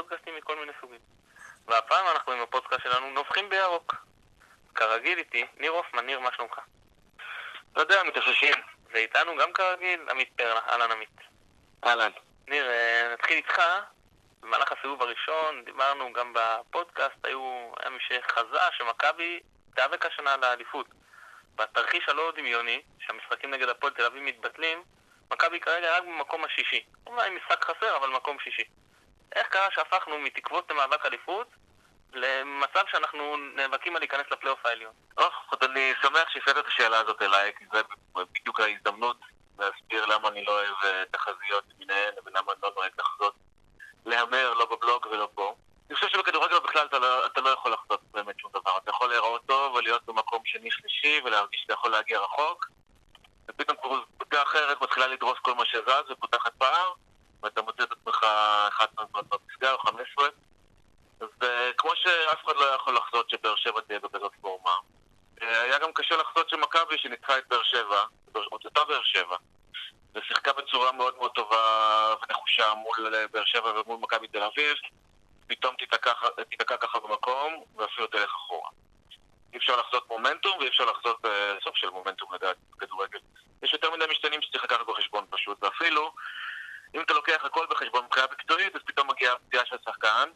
פודקאסטים מכל מיני סוגים. והפעם אנחנו עם הפודקאסט שלנו נובחים בירוק. כרגיל איתי, ניר הופמן. ניר, מה שלומך? לא יודע, מתאוששים. ואיתנו גם כרגיל, עמית פרלה. אהלן עמית. אהלן. ניר, נתחיל איתך. במהלך הסיבוב הראשון דיברנו גם בפודקאסט, היה מי שחזה שמכבי תיאבק השנה על האליפות. בתרחיש הלא דמיוני, שהמשחקים נגד הפועל תל אביב מתבטלים, מכבי כרגע רק במקום השישי. אולי משחק חסר, אבל מקום שישי. איך קרה שהפכנו מתקוות למאבק אליפות למצב שאנחנו נאבקים על להיכנס לפלייאוף העליון? אני שמח שהפעת את השאלה הזאת אליי, כי זה בדיוק ההזדמנות להסביר למה אני לא אוהב תחזיות מנהל, ולמה אני לא נוהג לחזות להמר, לא בבלוג ולא פה. אני חושב שבכדורגל בכלל אתה לא יכול לחזות באמת שום דבר. אתה יכול להיראות טוב ולהיות במקום שני שלישי ולהרגיש שאתה יכול להגיע רחוק, ופתאום קבוצה אחרת מתחילה לדרוס כל מה שזז ופותחת פער, ואתה מוצא את עצמך 11 בפסגה או 15. אז כמו שאף אחד לא יכול לחזות שבאר שבע תהיה בכזאת פורמה, היה גם קשה לחזות שמכבי שניצחה את באר שבע, אותה באר שבע, ושיחקה בצורה מאוד מאוד טובה ונחושה מול באר שבע ומול מכבי תל אביב, פתאום תתקע ככה במקום ואפילו תלך אחורה. אי אפשר לחזות מומנטום ואי אפשר לחזות סוף של מומנטום לדעת בכדורגל. יש יותר מדי משתנים שצריך לקחת בחשבון פשוט, ואפילו אם אתה לוקח הכל בחשבון מבחינה מקצועית, אז פתאום מגיעה פציעה של שחקן,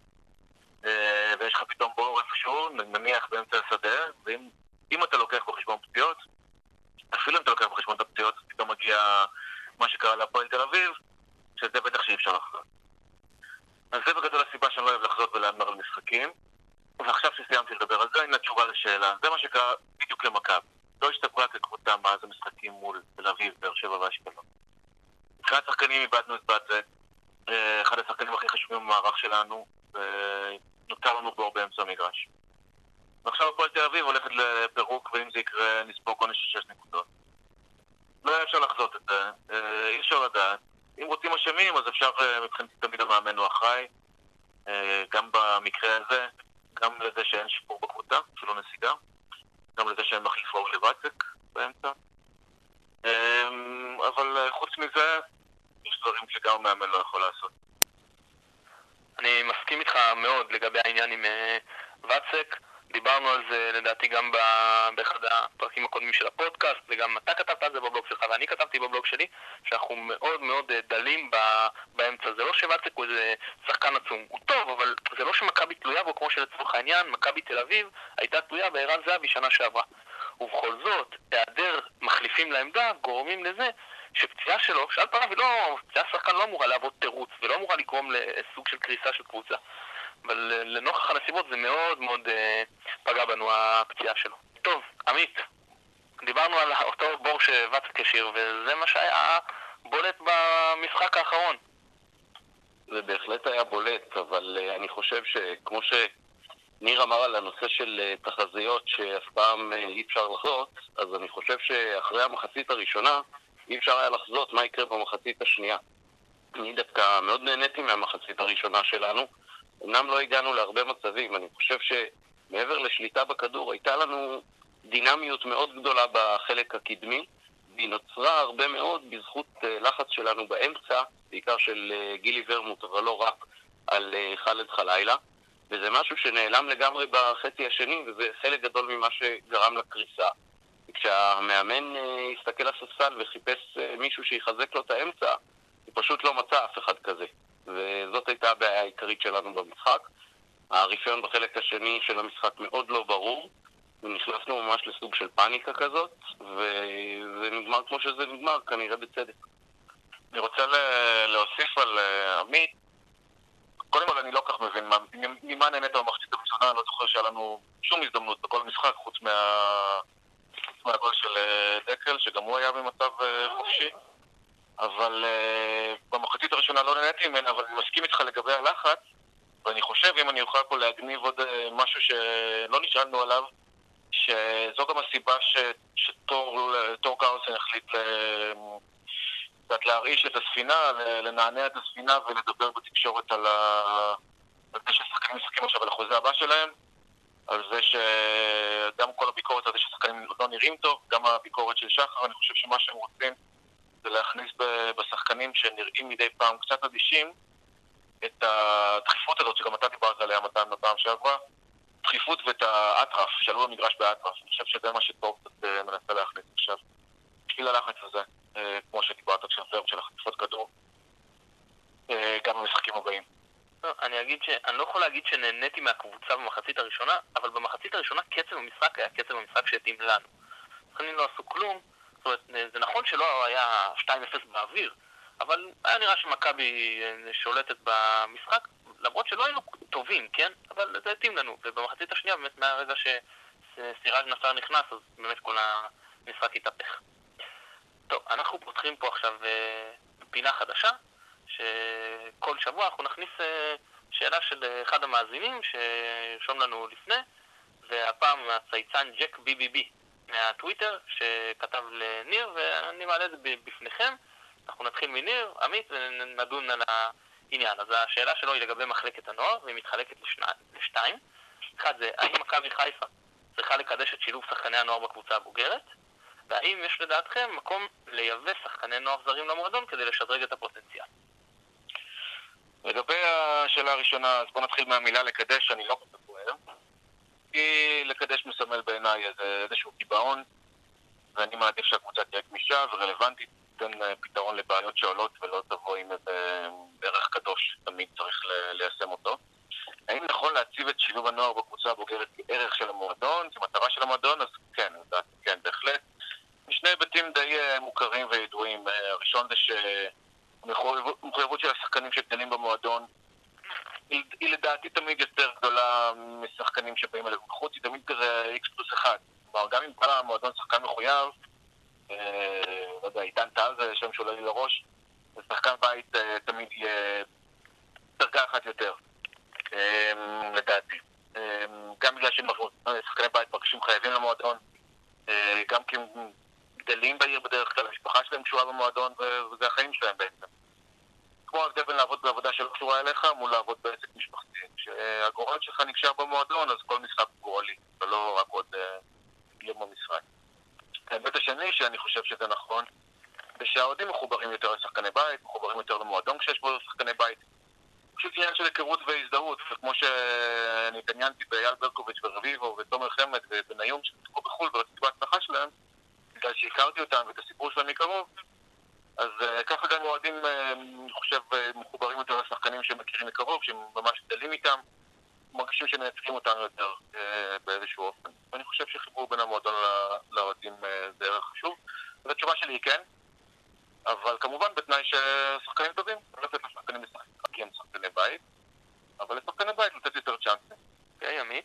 ויש לך פתאום בור איפשהו, נניח באמצע השדה, ואם אתה לוקח בחשבון פציעות, אפילו אם אתה לוקח בחשבון את הפציעות, אז פתאום מגיע מה שקרה להפועל תל אביב, שזה בטח שאי אפשר לחזות. אז זה בגדול הסיבה שאני לא אוהב לחזות ולהמר על משחקים, ועכשיו שסיימתי לדבר על זה, הנה התשובה לשאלה. זה מה שקרה בדיוק למכבי. לא השתפרה כקבוצה מאז המשחקים מול תל אביב, באר שבע ואשקלון. מבחינת שחקנים איבדנו את בצק, אחד השחקנים הכי חשובים במערך שלנו, ונותר לנו בור באמצע המגרש. ועכשיו הפועל תל אביב הולכת לפירוק, ואם זה יקרה נספוג עונש של 6 נקודות. לא היה אפשר לחזות את זה, אי אפשר לדעת. אם רוצים אשמים, אז אפשר מבחינתי תמיד המאמן הוא אחראי, גם במקרה הזה, גם לזה שאין שיפור בקבוצה, אפילו נסיגה, גם לזה שאין מחליפו לבצק באמצע. אבל חוץ מזה, יש דברים שגם המאמן לא יכול לעשות. אני מסכים איתך מאוד לגבי העניין עם בצק. דיברנו על זה לדעתי גם באחד הפרקים הקודמים של הפודקאסט, וגם אתה כתבת על זה בבלוג שלך ואני כתבתי בבלוג שלי, שאנחנו מאוד מאוד דלים באמצע. זה לא שבצק הוא איזה שחקן עצום, הוא טוב, אבל זה לא שמכבי תלויה בו, כמו שלצורך העניין מכבי תל אביב הייתה תלויה בערן זהבי שנה שעברה. ובכל זאת, היעדר מחליפים לעמדה גורמים לזה שפציעה שלו, שעל פניו פציעה שחקן לא אמורה לעבוד תירוץ ולא אמורה לגרום לסוג של קריסה של קבוצה, אבל לנוכח הנסיבות זה מאוד מאוד פגע בנו הפציעה שלו. טוב, עמית, דיברנו על אותו בור שבצק השאיר, וזה מה שהיה בולט במשחק האחרון. זה בהחלט היה בולט, אבל אני חושב שכמו שניר אמר על הנושא של תחזיות שאף פעם אי אפשר לחזות, אז אני חושב שאחרי המחצית הראשונה אי אפשר היה לחזות מה יקרה במחצית השנייה. אני דווקא מאוד נהניתי מהמחצית הראשונה שלנו, אמנם לא הגענו להרבה מצבים. אני חושב שמעבר לשליטה בכדור הייתה לנו דינמיות מאוד גדולה בחלק הקדמי, והיא נוצרה הרבה מאוד בזכות לחץ שלנו באמצע, בעיקר של גילי ורמוט, אבל לא רק, על חלד חלילה, וזה משהו שנעלם לגמרי בחצי השני, וזה חלק גדול ממה שגרם לקריסה. כשהמאמן הסתכל לספסל וחיפש מישהו שיחזק לו את האמצע, הוא פשוט לא מצא אף אחד כזה. וזאת הייתה הבעיה העיקרית שלנו במשחק. הרפיון בחלק השני של המשחק מאוד לא ברור, ונכנסנו ממש לסוג של פאניקה כזאת, וזה נגמר כמו שזה נגמר, כנראה בצדק. אני רוצה להוסיף על עמית. קודם כל אני לא כך מבין ממה נהנית במחצית הראשונה. אני לא זוכר שהיה לנו שום הזדמנות בכל משחק חוץ מהגול של דקל, שגם הוא היה במצב חופשי. אבל במחצית הראשונה לא נהניתי ממנה, אבל אני מסכים איתך לגבי הלחץ, ואני חושב, אם אני אוכל פה להגניב עוד משהו שלא נשאלנו עליו, שזו גם הסיבה שטור קרלסן החליט להרעיש את הספינה, לנענע את הספינה ולדבר בתקשורת על זה ששחקנים משחקים עכשיו על החוזה הבא שלהם, על זה שגם כל הביקורת על זה ששחקנים לא נראים טוב, גם הביקורת של שחר. אני חושב שמה שהם רוצים זה להכניס בשחקנים שנראים מדי פעם קצת אדישים את הדחיפות הזאת, שגם שעברה, דחיפות ואת האטרף, שעלו במגרש באטרף. אני חושב שזה מה שטוב מנסה להכניס עכשיו. בשביל הלחץ הזה, כמו שדיברת כשנפר של החטיפות כדור, גם במשחקים הבאים. אני לא יכול להגיד שנהניתי מהקבוצה במחצית הראשונה, אבל במחצית הראשונה קצב המשחק היה קצב המשחק שהתאים לנו. שחקנים לא עשו כלום, זאת אומרת, זה נכון שלא היה 2-0 באוויר, אבל היה נראה שמכבי שולטת במשחק, למרות שלא היינו טובים, כן? אבל זה התאים לנו, ובמחצית השנייה באמת מהרגע שסיראז' נפר נכנס, אז באמת כל המשחק התהפך. טוב, אנחנו פותחים פה עכשיו פינה חדשה, שכל שבוע אנחנו נכניס שאלה של אחד המאזינים שרשום לנו לפני, והפעם הצייצן ג'ק BBB מהטוויטר שכתב לניר, ואני מעלה את זה בפניכם. אנחנו נתחיל מניר, עמית, ונדון על העניין. אז השאלה שלו היא לגבי מחלקת הנוער, והיא מתחלקת לשתיים. אחד זה, האם מכבי חיפה צריכה לקדש את שילוב שחקני הנוער בקבוצה הבוגרת? והאם יש לדעתכם מקום לייבא שחקני נוער זרים למועדון כדי לשדרג את הפוטנציאל? לגבי השאלה הראשונה, אז בוא נתחיל מהמילה לקדש, אני לא כל כך אוהב. כי לקדש מסמל בעיניי איזשהו קיבעון, ואני מעדיף שהקבוצה תהיה גמישה ורלוונטית, תיתן פתרון לבעיות שעולות ולא תבוא עם איזה ערך קדוש, תמיד צריך ליישם אותו. האם נכון להציב את שילוב הנוער בקבוצה הבוגרת כערך של המועדון, כמטרה של המועדון? אז כן, כן, בהחלט. משני היבטים די מוכרים וידועים. הראשון זה שמחויבות של השחקנים שגדלים במועדון היא לדעתי תמיד יותר גדולה משחקנים שבאים אליו מחוץ, היא תמיד כזה X+1. כלומר, גם אם בא המועדון שחקן מחויב, לא יודע, איתן טל זה שם שעולה לי לראש, ושחקן בית תמיד יהיה דרגה אחת יותר, לדעתי. גם בגלל ששחקני בית מרגישים חייבים למועדון, גם כי הם גדלים בעיר בדרך כלל, המשפחה שלהם קשורה במועדון, וזה החיים שלהם בעצם. כמו ההבדל בין לעבוד בעבודה שלא קשורה אליך, מול לעבוד בעסק משפחתי. כשהגורל שלך נקשר במועדון, אז כל משחק גורלי, ולא רק עוד יום במשחק. ההיבט השני, שאני חושב שזה נכון, זה שהאוהדים מחוברים יותר לשחקני בית, מחוברים יותר למועדון כשיש בו שחקני בית. פשוט עניין של היכרות והזדהות, וכמו שאני התעניינתי באייל ברקוביץ' ורביבו ותומר חמד ובניום שתקעו בחול ורציתי בהצלחה שלהם, בגלל שהכרתי אותם ואת הסיפור שלהם מקרוב, אז ככה גם אוהדים, אני חושב, מחוברים יותר לשחקנים שהם מכירים מקרוב, שהם ממש גדלים איתם, מרגישים שמייצגים אותנו יותר באיזשהו אופן. ואני חושב שחיבור בין המועדון לאוהדים זה ערך חשוב. אז התשובה שלי היא כן, אבל כמובן בתנאי ששחקנים טובים, לא לתת לשחקנים לשחק, כי הם שחקני בית, אבל לשחקני בית לתת יותר צ'אנסים. אוקיי, עמית?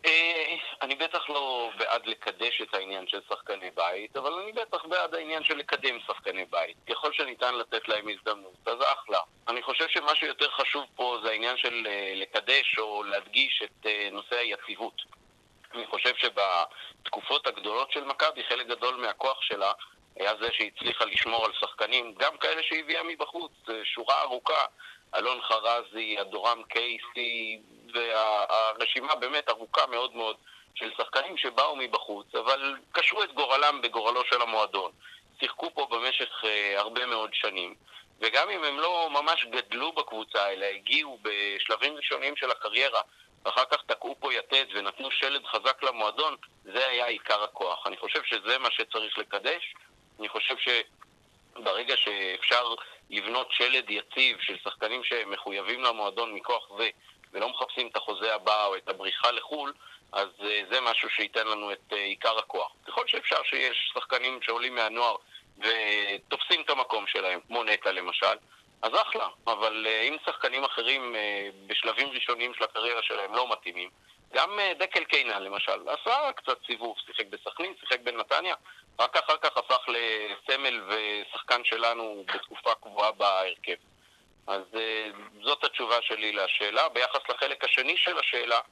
אני בטח לא בעד לקדש את העניין של שחקני בית, אבל אני בטח בעד העניין של לקדם שחקני בית. ככל שניתן לתת להם הזדמנות, אז אחלה. אני חושב שמה שיותר חשוב פה זה העניין של לקדש או להדגיש את נושא היציבות. אני חושב שבתקופות הגדולות של מכבי, חלק גדול מהכוח שלה היה זה שהצליחה לשמור על שחקנים, גם כאלה שהביאה מבחוץ, שורה ארוכה, אלון חרזי, אדורם קייסי, והרשימה באמת ארוכה מאוד מאוד של שחקנים שבאו מבחוץ, אבל קשרו את גורלם בגורלו של המועדון. שיחקו פה במשך הרבה מאוד שנים, וגם אם הם לא ממש גדלו בקבוצה, אלא הגיעו בשלבים ראשונים של הקריירה, ואחר כך תקעו פה יתד ונתנו שלד חזק למועדון, זה היה עיקר הכוח. אני חושב שזה מה שצריך לקדש. אני חושב שברגע שאפשר לבנות שלד יציב של שחקנים שמחויבים למועדון מכוח זה, ולא מחפשים את החוזה הבא או את הבריחה לחול, אז זה משהו שייתן לנו את עיקר הכוח. ככל שאפשר שיש שחקנים שעולים מהנוער ותופסים את המקום שלהם, כמו נטע למשל, אז אחלה. אבל אם שחקנים אחרים בשלבים ראשונים של הקריירה שלהם לא מתאימים, גם דקל קיינן למשל, עשה קצת סיבוב, שיחק בסכנין, שיחק בנתניה, רק אחר כך הפך לסמל ושחקן שלנו בתקופה קבועה בהרכב. אז זאת התשובה שלי לשאלה. ביחס לחלק השני של השאלה,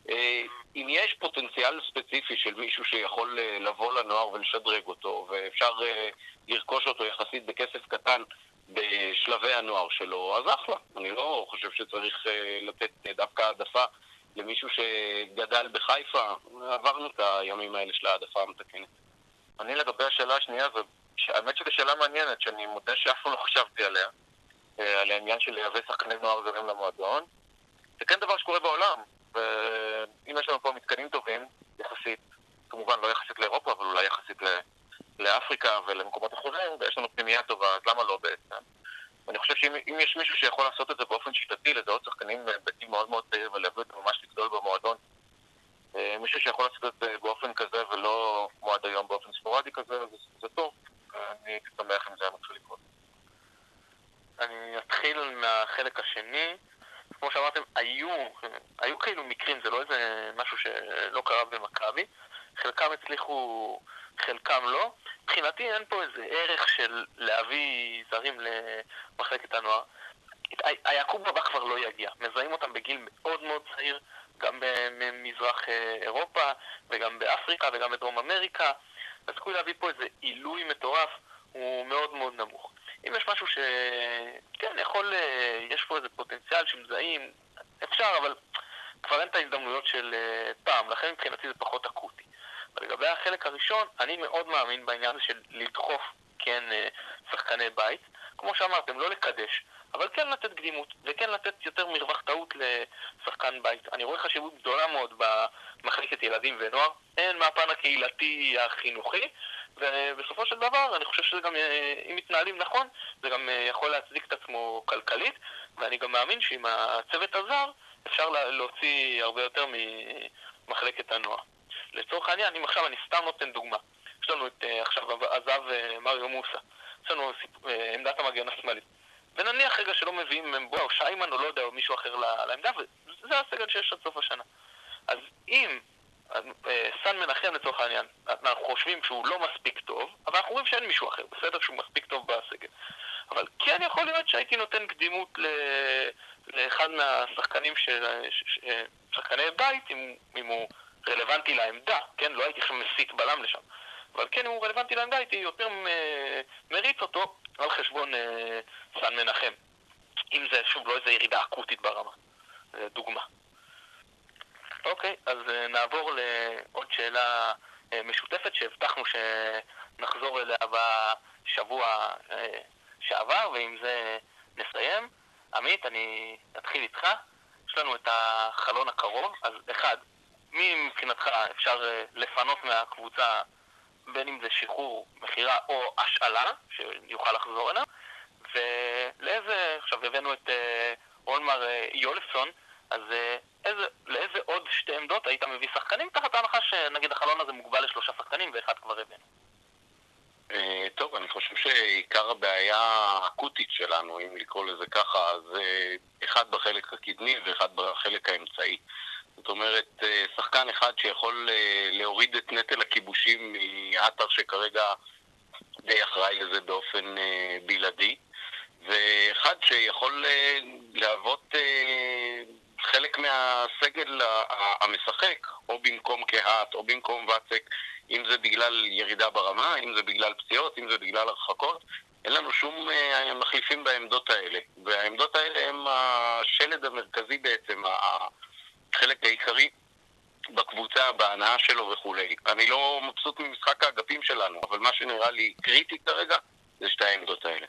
אם יש פוטנציאל ספציפי של מישהו שיכול לבוא לנוער ולשדרג אותו, ואפשר לרכוש אותו יחסית בכסף קטן בשלבי הנוער שלו, אז אחלה. אני לא חושב שצריך לתת דווקא העדפה למישהו שגדל בחיפה. עברנו את הימים האלה של העדפה המתקנת. אני לגבי השאלה השנייה, האמת שזו שאלה מעניינת, שאני מודה שאף פעם לא חשבתי עליה, על העניין של לייבא שחקני נוער זרים למועדון. זה כן דבר שקורה בעולם, אם יש לנו פה מתקנים טובים, יחסית, כמובן לא יחסית לאירופה, אבל אולי יחסית לאפריקה ולמקומות אחרים, ויש לנו פנימייה טובה, אז למה לא בעצם? ואני חושב שאם יש מישהו שיכול לעשות את זה באופן שיטתי, לזהות שחקנים בגיל מאוד מאוד צעיר ולהביא את זה ממש לגדול במועדון, מישהו שיכול לעשות את זה באופן כזה ולא כמו עד היום באופן ספורדי כזה, זה טוב. אני שמח אם זה היה מתחיל לקרות. אני אתחיל מהחלק השני. כמו שאמרתם, היו כאילו מקרים, זה לא איזה משהו שלא קרה במכבי. חלקם הצליחו, חלקם לא. מבחינתי אין פה איזה ערך של להביא זרים למחלקת הנוער. היעקוב הבא כבר לא יגיע. מזהים אותם בגיל מאוד מאוד צעיר, גם במזרח אירופה, וגם באפריקה, וגם בדרום אמריקה. הסיכוי להביא פה איזה עילוי מטורף הוא מאוד מאוד נמוך. אם יש משהו כן, יש פה איזה פוטנציאל שמזהים, אפשר, אבל כבר אין את ההזדמנויות של פעם, לכן מבחינתי זה פחות אקוטי. ולגבי החלק הראשון, אני מאוד מאמין בעניין הזה של לדחוף, כן, שחקני בית. כמו שאמרתם, לא לקדש, אבל כן לתת קדימות, וכן לתת יותר מרווח טעות לשחקן בית. אני רואה חשיבות גדולה מאוד במחלקת ילדים ונוער, הן מהפן הקהילתי החינוכי, ובסופו של דבר אני חושב שזה גם, אם מתנהלים נכון, זה גם יכול להצדיק את עצמו כלכלית, ואני גם מאמין שעם הצוות הזר אפשר להוציא הרבה יותר ממחלקת הנוער. לצורך העניין, אם עכשיו אני סתם נותן דוגמה, יש לנו את עכשיו עזב מריו מוסה, יש לנו עמדת המגן השמאלי, ונניח רגע שלא מביאים מבואה או שיימן או לא יודע או מישהו אחר לעמדה, וזה הסגל שיש עד סוף השנה. אז אם סן מנחם לצורך העניין, אנחנו חושבים שהוא לא מספיק טוב, אבל אנחנו רואים שאין מישהו אחר, בסדר שהוא מספיק טוב בסגל. אבל כן יכול להיות שהייתי נותן קדימות לאחד מהשחקנים שחקני בית, אם הוא רלוונטי לעמדה, כן? לא הייתי שם מסית בלם לשם. אבל כן, אם הוא רלוונטי לעמדה, הייתי יותר מריץ אותו על חשבון סן מנחם. אם זה שוב לא איזו ירידה אקוטית ברמה. זה דוגמה. אוקיי, אז נעבור לעוד שאלה משותפת שהבטחנו שנחזור אליה בשבוע שעבר, ועם זה נסיים. עמית, אני אתחיל איתך. יש לנו את החלון הקרוב, אז אחד, מי מבחינתך אפשר לפנות מהקבוצה, בין אם זה שחרור, מחירה או השאלה, שיוכל לחזור אליה, ולאיזה, עכשיו הבאנו את אולמר יולפסון, אז לאיזה עוד שתי עמדות היית מביא שחקנים, תחת ההנחה שנגיד החלון הזה מוגבל לשלושה שחקנים ואחד כבר הבאנו? טוב, אני חושב שעיקר הבעיה האקוטית שלנו, אם לקרוא לזה ככה, זה אחד בחלק הקדמי ואחד בחלק האמצעי. זאת אומרת, שחקן אחד שיכול להוריד את נטל הכיבושים מאתר שכרגע די אחראי לזה באופן בלעדי, ואחד שיכול להוות חלק מהסגל המשחק, או במקום קהת, או במקום וצק, אם זה בגלל ירידה ברמה, אם זה בגלל פציעות, אם זה בגלל הרחקות. אין לנו שום מחליפים בעמדות האלה, והעמדות האלה הם השלד המרכזי בעצם, החלק העיקרי בקבוצה, בהנאה שלו וכולי. אני לא מבסוט ממשחק האגפים שלנו, אבל מה שנראה לי קריטי כרגע זה שתי העמדות האלה.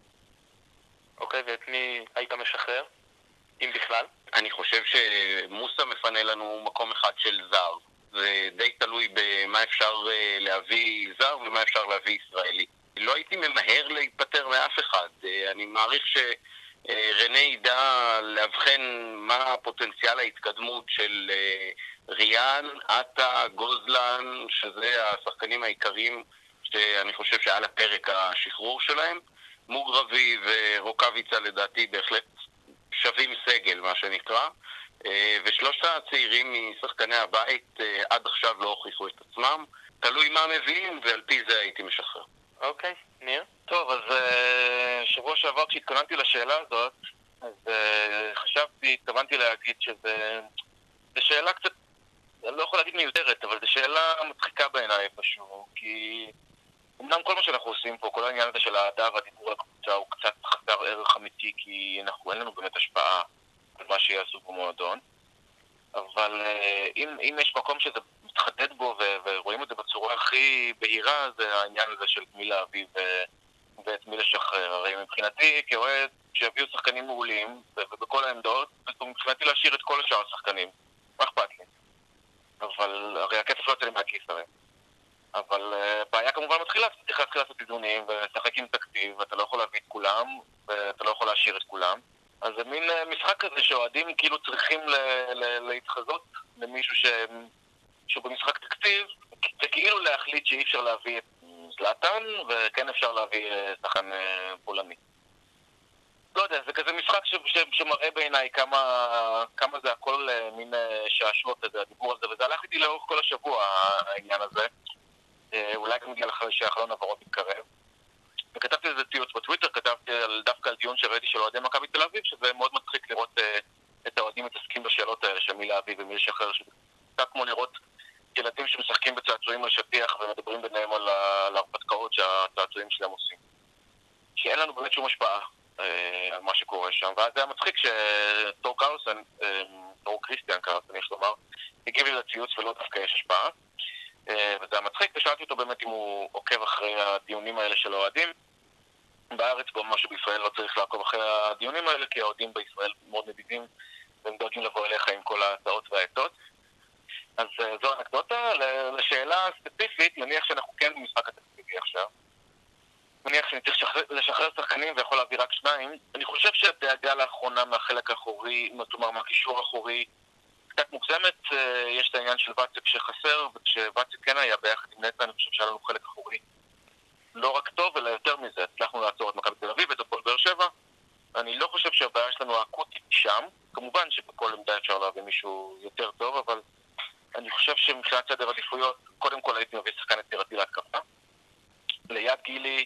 אוקיי, ואת מי היית משחרר, אם בכלל? אני חושב שמוסה מפנה לנו מקום אחד של זר. זה די תלוי במה אפשר להביא זר ומה אפשר להביא ישראלי. לא הייתי ממהר להיפטר מאף אחד. אני מעריך רנה ידע להבחן מה פוטנציאל ההתקדמות של ריאן, עטה, גוזלן, שזה השחקנים העיקריים שאני חושב שעל הפרק השחרור שלהם. מוגרבי ורוקביצה לדעתי בהחלט שווים סגל, מה שנקרא, ושלושת הצעירים משחקני הבית עד עכשיו לא הוכיחו את עצמם. תלוי מה מביאים, ועל פי זה הייתי משחרר. אוקיי, ניר? טוב, אז שבוע שעבר כשהתכוננתי לשאלה הזאת, אז התכוונתי להגיד שזה שאלה קצת, אני לא יכול להגיד מיותרת, אבל זו שאלה מצחיקה בעיניי איפשהו, כי אמנם כל מה שאנחנו עושים פה, כל העניין הזה של האהדה והדיבור על הקבוצה הוא קצת חסר ערך אמיתי, כי אין לנו באמת השפעה על מה שיעשו במועדון, אבל אם יש מקום שזה מתחדד בו ורואים את זה בצורה הכי בהירה, זה העניין הזה של מי להביא ואת מי לשחרר. הרי מבחינתי כאוהד שיביאו שחקנים מעולים ובכל העמדות, מבחינתי להשאיר את כל השאר השחקנים. מה אכפת לי? אבל הרי הכסף לא יוצא לי מהכיס הרי. אבל בעיה כמובן מתחילה, צריך להתחיל לעשות איזונים ולשחק עם תקציב, ואתה לא יכול להביא את כולם, ואתה לא יכול להשאיר את כולם. אז זה מין משחק כזה שאוהדים כאילו צריכים להתחזות למישהו שהוא במשחק תקציב, זה כאילו להחליט שאי אפשר להביא את זלאטן, וכן אפשר להביא שחקן פולני. לא יודע, זה כזה משחק שמראה בעיניי כמה זה הכל מין שעשוע כזה, הדיבור הזה, וזה הלך איתי לאורך כל השבוע העניין הזה. אולי גם בגלל אחרי שהחלון עברות מתקרב. וכתבתי איזה ציוץ בטוויטר, כתבתי דווקא על דיון שראיתי של אוהדי מכבי תל אביב, שזה מאוד מצחיק לראות את האוהדים מתעסקים בשאלות האלה של מי להביא ומי לשחרר, שזה קצת כמו לראות ילדים שמשחקים בצעצועים על שטיח ומדברים ביניהם על ההרפתקאות שהצעצועים שלהם עושים. שאין לנו באמת שום השפעה על מה שקורה שם, ואז זה היה מצחיק שטור קרלסון, טור קריסטיאן קרלסון יש לומר, הגיב לי לציוץ ולא דווקא יש השפעה, וזה היה מצחיק, ושאלתי אותו באמת אם הוא עוקב אחרי הדיונים האלה של האוהדים. בארץ בו משהו בישראל לא צריך לעקוב אחרי הדיונים האלה, כי האוהדים בישראל מאוד נדיבים והם דואגים לבוא אליך עם כל ההצעות והעצות. אז זו אנקדוטה. לשאלה ספציפית, נניח שאנחנו כן במשחק התקציבי עכשיו, נניח שאני צריך לשחרר שחקנים ויכול להביא רק שניים, אני חושב שהדאגה לאחרונה מהחלק האחורי, כלומר מהקישור האחורי, קצת מוגזמת. יש את העניין של ואצק שחסר, וכשואצק כן היה ביחד עם נטע, אני חושב שהיה לנו חלק אחורי לא רק טוב, אלא יותר מזה. הצלחנו לעצור את מכבי תל אביב ואת הפועל באר שבע. אני לא חושב שהבעיה שלנו האקוטית שם. כמובן שבכל עמדה אפשר להביא מישהו יותר טוב, אבל אני חושב שמבחינת סדר עדיפויות, קודם כל הייתי מביא שחקן יצירתי להתקפה. ליד גילי,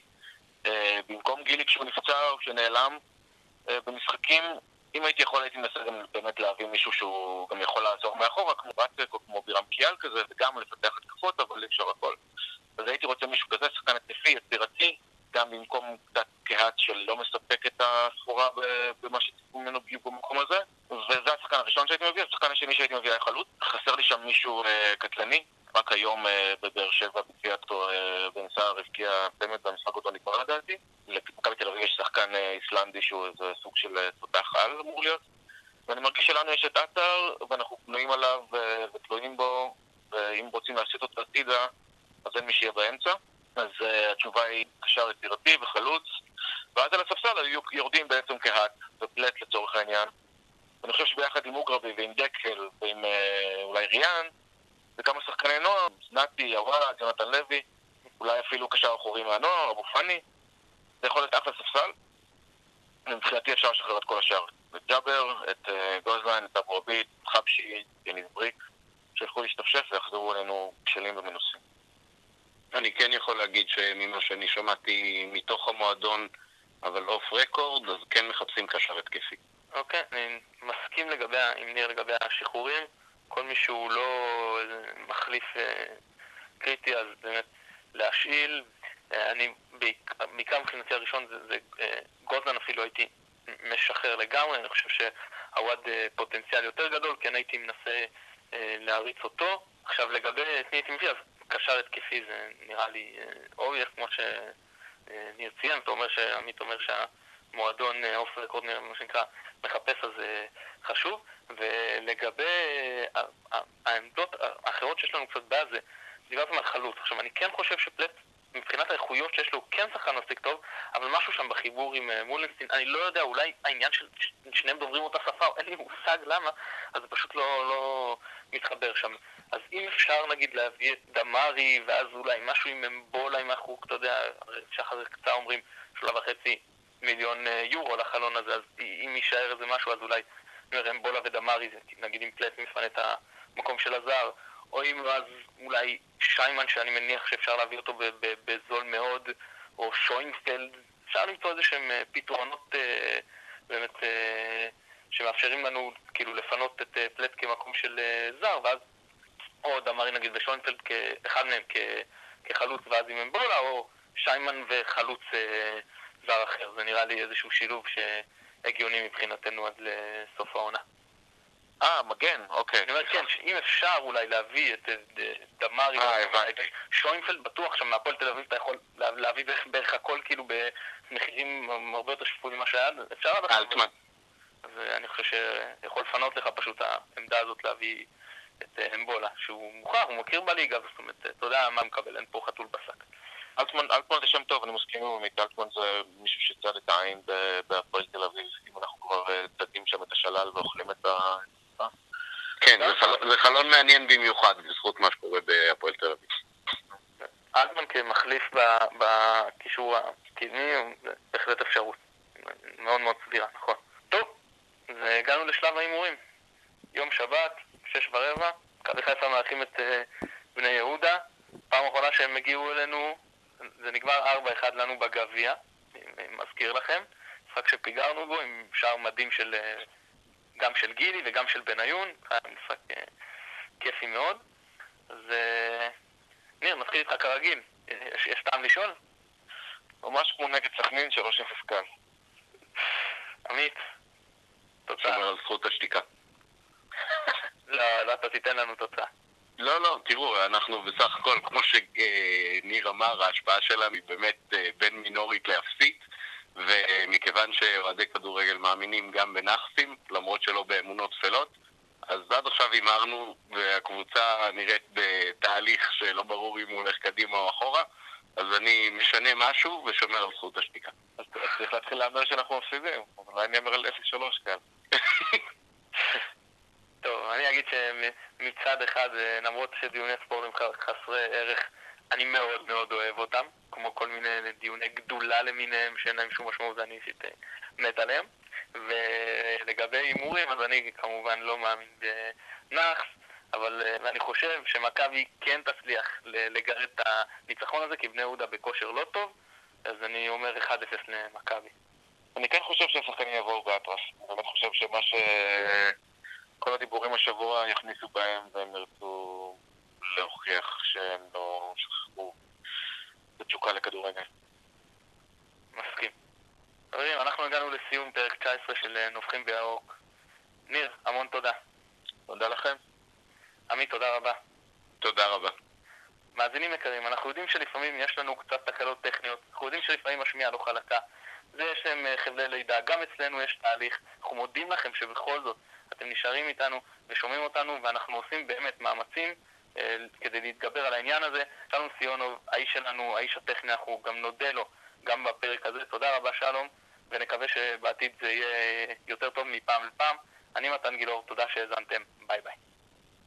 במקום גילי כשהוא נפצע או כשנעלם, במשחקים, אם הייתי יכול, הייתי מנסה גם באמת להביא מישהו שהוא גם יכול לעזור מאחורה, כמו ואצק או כמו בירם קיאל כזה, וגם לפתח התקפות, אבל אי אפשר הכל. אז הייתי רוצה מישהו כזה, שחקן התקפי, יצירתי, גם במקום קצת קהת של לא מספק את הסחורה במה שציפו ממנו בדיוק במקום הזה. וזה השחקן הראשון שהייתי מביא. השחקן השני שהייתי מביא היה חלוץ. חסר לי שם מישהו קטלני. רק היום בבאר שבע בקביעתו בן סער הבקיע באמת במשחק אותו נגמר לדעתי. למכבי תל אביב יש שחקן איסלנדי שהוא איזה סוג של תותח על אמור להיות. ואני מרגיש שלנו יש את עטר ואנחנו פנויים עליו ותלויים בו, ואם רוצים להסיט אותו עתידה אז אין מי שיהיה באמצע. אז התשובה היא קשר יצירתי וחלוץ, ואז על הספסל היו יורדים בעצם קהת ופלט לצורך העניין. ואני חושב שביחד עם אוגרבי ועם דקל ועם אולי ריאן וכמה שחקני נוער, נתי, אוואד, יונתן לוי, אולי אפילו קשר אחורי מהנוער, אבו פני, זה יכול להיות אחלה ספסל. מבחינתי אפשר לשחרר את כל השאר, את ג'אבר, את גוזלן, את אבו עביד, חבשי, יניב בריק, שילכו להשתפשף ויחזרו אלינו בשלים ומנוסים. אני כן יכול להגיד שממה שאני שמעתי מתוך המועדון, אבל אוף רקורד, אז כן מחפשים קשר התקפי. אוקיי, אני מסכים עם ניר לגבי השחרורים. כל מי שהוא לא מחליף קריטי, אז באמת להשאיל. אני בעיקר מבחינתי הראשון זה גוזלן אפילו הייתי משחרר לגמרי. אני חושב שהוואד פוטנציאל יותר גדול, כן הייתי מנסה להריץ אותו. עכשיו לגבי את מי הייתי מביא, אז קשר התקפי זה נראה לי אובייס, כמו שניר ציין. עמית אומר שהמועדון אוף רקורד מה שנקרא מחפש, אז חשוב. ולגבי העמדות האחרות שיש לנו קצת בעיה, זה דיברתם על חלוץ. עכשיו אני כן חושב שפלט מבחינת האיכויות שיש לו הוא כן שחקן מספיק טוב, אבל משהו שם בחיבור עם מולנסטין, אני לא יודע, אולי העניין של שניהם דוברים אותה שפה, אין לי מושג למה, אז זה פשוט לא מתחבר שם. אז אם אפשר נגיד להביא את דמרי ואז אולי משהו עם אמבולה, עם החוק, אתה יודע, שחר קצה אומרים 3.5 מיליון יורו לחלון הזה, אז אם יישאר איזה משהו אז אולי נראה אמבולה ודמרי, נגיד עם פלט מפנה את המקום של הזר, או אם אז אולי שיימן שאני מניח שאפשר להביא אותו בזול מאוד, או שוינפלד, אפשר למצוא איזה שהם פתרונות באמת שמאפשרים לנו כאילו לפנות את פלט כמקום של זר, ואז או דמרי נגיד ושוינפלד כאחד מהם כחלוץ ואז עם אמבולה, או שיימן וחלוץ זר אחר. זה נראה לי איזשהו שילוב שהגיוני מבחינתנו עד לסוף העונה. מגן, אוקיי. אני אומר כן, שאם אפשר אולי להביא את דמרי שוינפלד, בטוח שם מהפועל תל אביב אתה יכול להביא בערך הכל כאילו במחירים הרבה יותר שפויים ממה שהיה, אפשר עד עכשיו. אז אני חושב שיכול לפנות לך פשוט העמדה הזאת להביא את אמבולה, שהוא מוכר, הוא מכיר בליגה, זאת אומרת, אתה יודע מה מקבל, אין פה חתול בשק. אלטמן זה שם טוב, אני מסכים עם עמית. אלטמן זה מישהו שצד את העין בהפועל תל אביב, אם אנחנו כבר צדים שם את השלל ואוכלים את ה... כן, זה חלון מעניין במיוחד בזכות מה שקורה בהפועל תל אביב. אלטמן כמחליף בקישור הקדמי, זה בהחלט אפשרות. מאוד מאוד סבירה, נכון. טוב, והגענו לשלב האימורים. יום שבת, 6:15, מכבי חיפה מארחים את בני יהודה. פעם אחרונה שהם הגיעו אלינו, זה נגמר 4-1 לנו בגביע, אני מזכיר לכם. משחק שפיגרנו בו עם שער מדהים גם של גילי וגם של בניון. היה משחק כיפי מאוד. אז ניר, נתחיל איתך כרגיל. יש טעם לשאול? ממש כמו נגד סכנין, 3-0 קל. עמית, תוצאה. שומר על זכות השתיקה. לא, אתה תיתן לנו תוצאה. לא, תראו, אנחנו בסך הכל, כמו שניר אמר, ההשפעה שלנו היא באמת בין מינורית לאפסית, ומכיוון שאוהדי כדורגל מאמינים גם בנחסים, למרות שלא באמונות תפלות, אז עד עכשיו הימרנו, והקבוצה נראית בתהליך שלא ברור אם הוא הולך קדימה או אחורה, אז אני משנה משהו ושומר על זכות השתיקה. אז צריך להתחיל להאמר שאנחנו מפסידים, אבל אולי אני אמר על 0-3 כאן. טוב, אני אגיד שמצד אחד, למרות שדיוני ספורט הם חסרי ערך, אני מאוד מאוד אוהב אותם, כמו כל מיני דיוני גדולה למיניהם שאין להם שום משמעות, ואני אישית מת עליהם. ולגבי הימורים, אז אני כמובן לא מאמין בנחס, אבל אני חושב שמכבי כן תצליח לגרד את הניצחון הזה, כי בני יהודה בכושר לא טוב, אז אני אומר 1-0 למכבי. אני כן חושב שהשחקנים יבואו באטרף. אני באמת חושב שמה כל הדיבורים השבוע יכניסו בהם והם ירצו להוכיח שהם לא שכחו בתשוקה לכדורגל. מסכים. חברים, אנחנו הגענו לסיום פרק 19 של נובחים בירוק. ניר, המון תודה. תודה לכם. עמית, תודה רבה. תודה רבה. מאזינים יקרים, אנחנו יודעים שלפעמים יש לנו קצת תקלות טכניות, אנחנו יודעים שלפעמים השמיעה לא חלקה, יש להם חבלי לידה, גם אצלנו יש תהליך. אנחנו מודים לכם שבכל זאת אתם נשארים איתנו ושומעים אותנו, ואנחנו עושים באמת מאמצים כדי להתגבר על העניין הזה. שלום סיונוב, האיש שלנו, האיש הטכני, אנחנו גם נודה לו גם בפרק הזה. תודה רבה שלום, ונקווה שבעתיד זה יהיה יותר טוב מפעם לפעם. אני מתן גילאור, תודה שהאזנתם, ביי ביי.